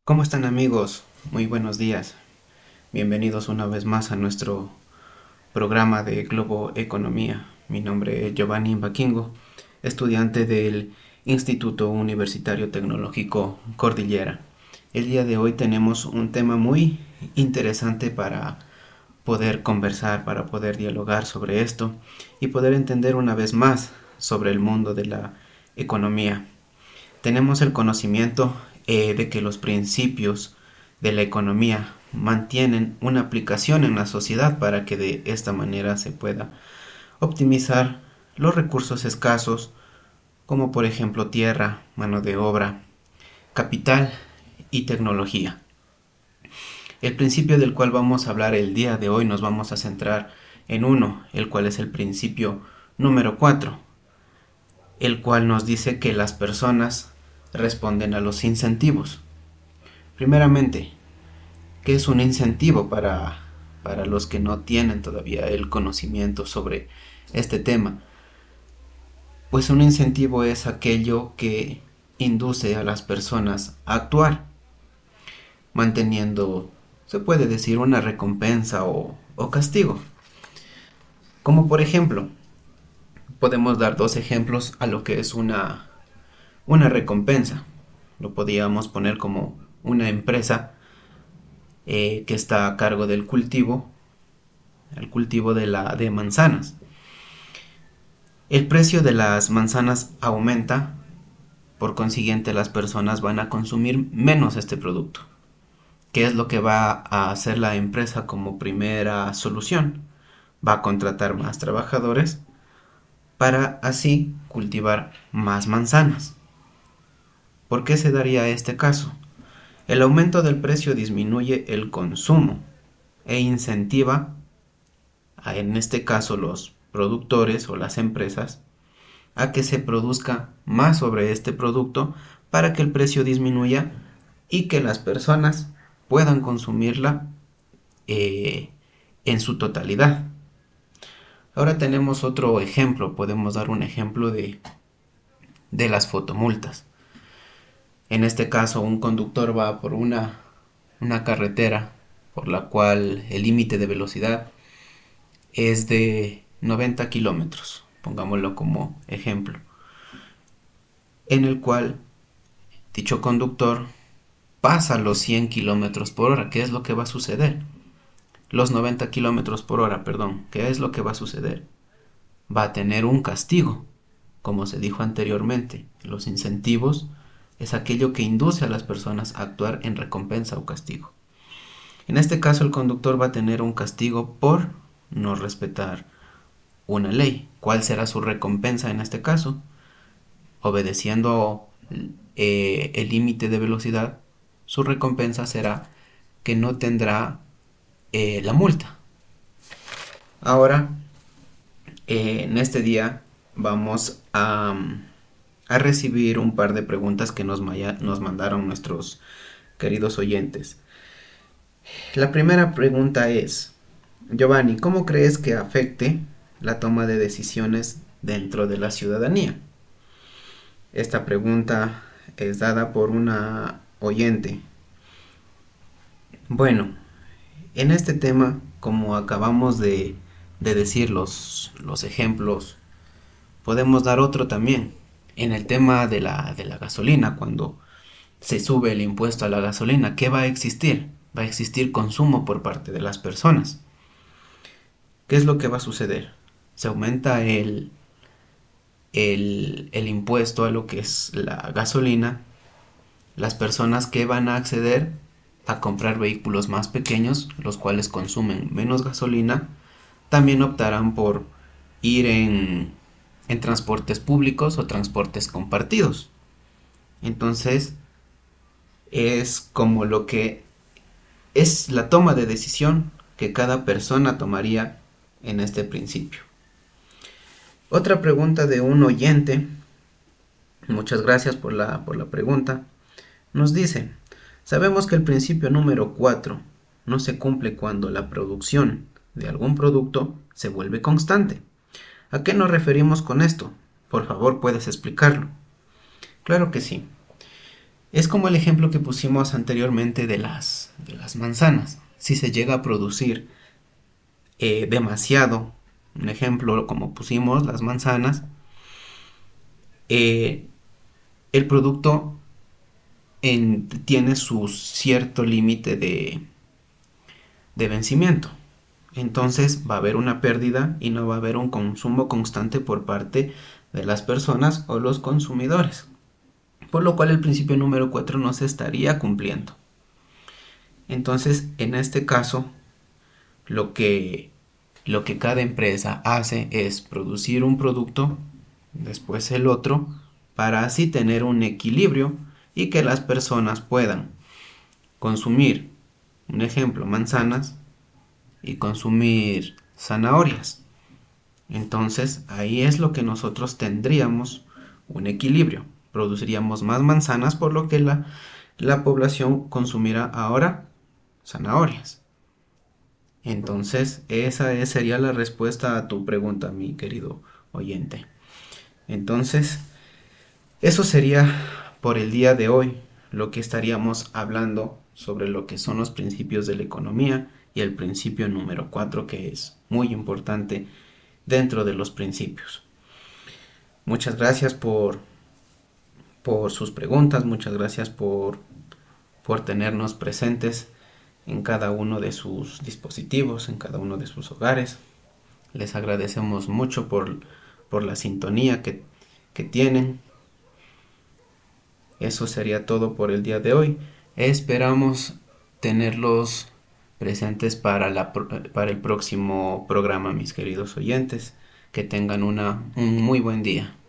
¿Cómo están amigos? Muy buenos días. Bienvenidos una vez más a nuestro programa de Globo Economía. Mi nombre es Giovanni Baquingo, estudiante del Instituto Universitario Tecnológico Cordillera. El día de hoy tenemos un tema muy interesante para poder conversar, para poder dialogar sobre esto y poder entender una vez más sobre el mundo de la economía. Tenemos el conocimiento de que los principios de la economía mantienen una aplicación en la sociedad para que de esta manera se pueda optimizar los recursos escasos, como por ejemplo tierra, mano de obra, capital y tecnología. El principio del cual vamos a hablar el día de hoy nos vamos a centrar en uno, el cual es el principio número 4, el cual nos dice que las personas responden a los incentivos. Primeramente, ¿qué es un incentivo para los que no tienen todavía el conocimiento sobre este tema? Pues un incentivo es aquello que induce a las personas a actuar, manteniendo, se puede decir, una recompensa o castigo. Como por ejemplo, podemos dar dos ejemplos a lo que es una recompensa. Lo podríamos poner como una empresa que está a cargo del cultivo, el cultivo de manzanas. El precio de las manzanas aumenta, por consiguiente las personas van a consumir menos este producto. ¿Qué es lo que va a hacer la empresa como primera solución? Va a contratar más trabajadores para así cultivar más manzanas. ¿Por qué se daría este caso? El aumento del precio disminuye el consumo e incentiva, en este caso los productores o las empresas, a que se produzca más sobre este producto para que el precio disminuya y que las personas puedan consumirla en su totalidad. Ahora tenemos otro ejemplo, podemos dar un ejemplo de las fotomultas. En este caso, un conductor va por una carretera por la cual el límite de velocidad es de 90 kilómetros, pongámoslo como ejemplo, en el cual dicho conductor pasa los 100 kilómetros por hora. ¿Qué es lo que va a suceder? Los 90 kilómetros por hora, perdón. ¿Qué es lo que va a suceder? Va a tener un castigo. Como se dijo anteriormente, los incentivos es aquello que induce a las personas a actuar en recompensa o castigo. En este caso, el conductor va a tener un castigo por no respetar una ley. ¿Cuál será su recompensa en este caso? Obedeciendo el límite de velocidad, su recompensa será que no tendrá la multa. Ahora, en este día vamos a recibir un par de preguntas que nos mandaron nuestros queridos oyentes. La primera pregunta es: Giovanni, ¿cómo crees que afecte la toma de decisiones dentro de la ciudadanía? Esta pregunta es dada por una oyente. Bueno, en este tema, como acabamos de decir los ejemplos, podemos dar otro también. En el tema de la gasolina, cuando se sube el impuesto a la gasolina, ¿qué va a existir? Va a existir consumo por parte de las personas. ¿Qué es lo que va a suceder? Se aumenta el impuesto a lo que es la gasolina. Las personas que van a acceder a comprar vehículos más pequeños, los cuales consumen menos gasolina, también optarán por ir en transportes públicos o transportes compartidos. Entonces, es como lo que es la toma de decisión que cada persona tomaría en este principio. Otra pregunta de un oyente, muchas gracias por la pregunta, nos dice: sabemos que el principio número 4 no se cumple cuando la producción de algún producto se vuelve constante. ¿A qué nos referimos con esto? Por favor, ¿puedes explicarlo? Claro que sí. Es como el ejemplo que pusimos anteriormente de las manzanas. Si se llega a producir demasiado, un ejemplo como pusimos las manzanas, eh, el producto tiene su cierto límite de vencimiento. Entonces va a haber una pérdida y no va a haber un consumo constante por parte de las personas o los consumidores. Por lo cual el principio número 4 no se estaría cumpliendo. Entonces, en este caso, lo que, lo que cada empresa hace es producir un producto, después el otro, para así tener un equilibrio y que las personas puedan consumir, un ejemplo, manzanas y consumir zanahorias. Entonces ahí es lo que nosotros tendríamos un equilibrio. Produciríamos más manzanas por lo que la población consumirá ahora zanahorias. Entonces esa sería la respuesta a tu pregunta, mi querido oyente. Entonces eso sería por el día de hoy lo que estaríamos hablando sobre lo que son los principios de la economía y el principio número 4 que es muy importante dentro de los principios. Muchas gracias por sus preguntas, muchas gracias por tenernos presentes en cada uno de sus dispositivos, en cada uno de sus hogares. Les agradecemos mucho por la sintonía que tienen. Eso sería todo por el día de hoy. Esperamos tenerlos presentes para el próximo programa, mis queridos oyentes. Que tengan un muy buen día.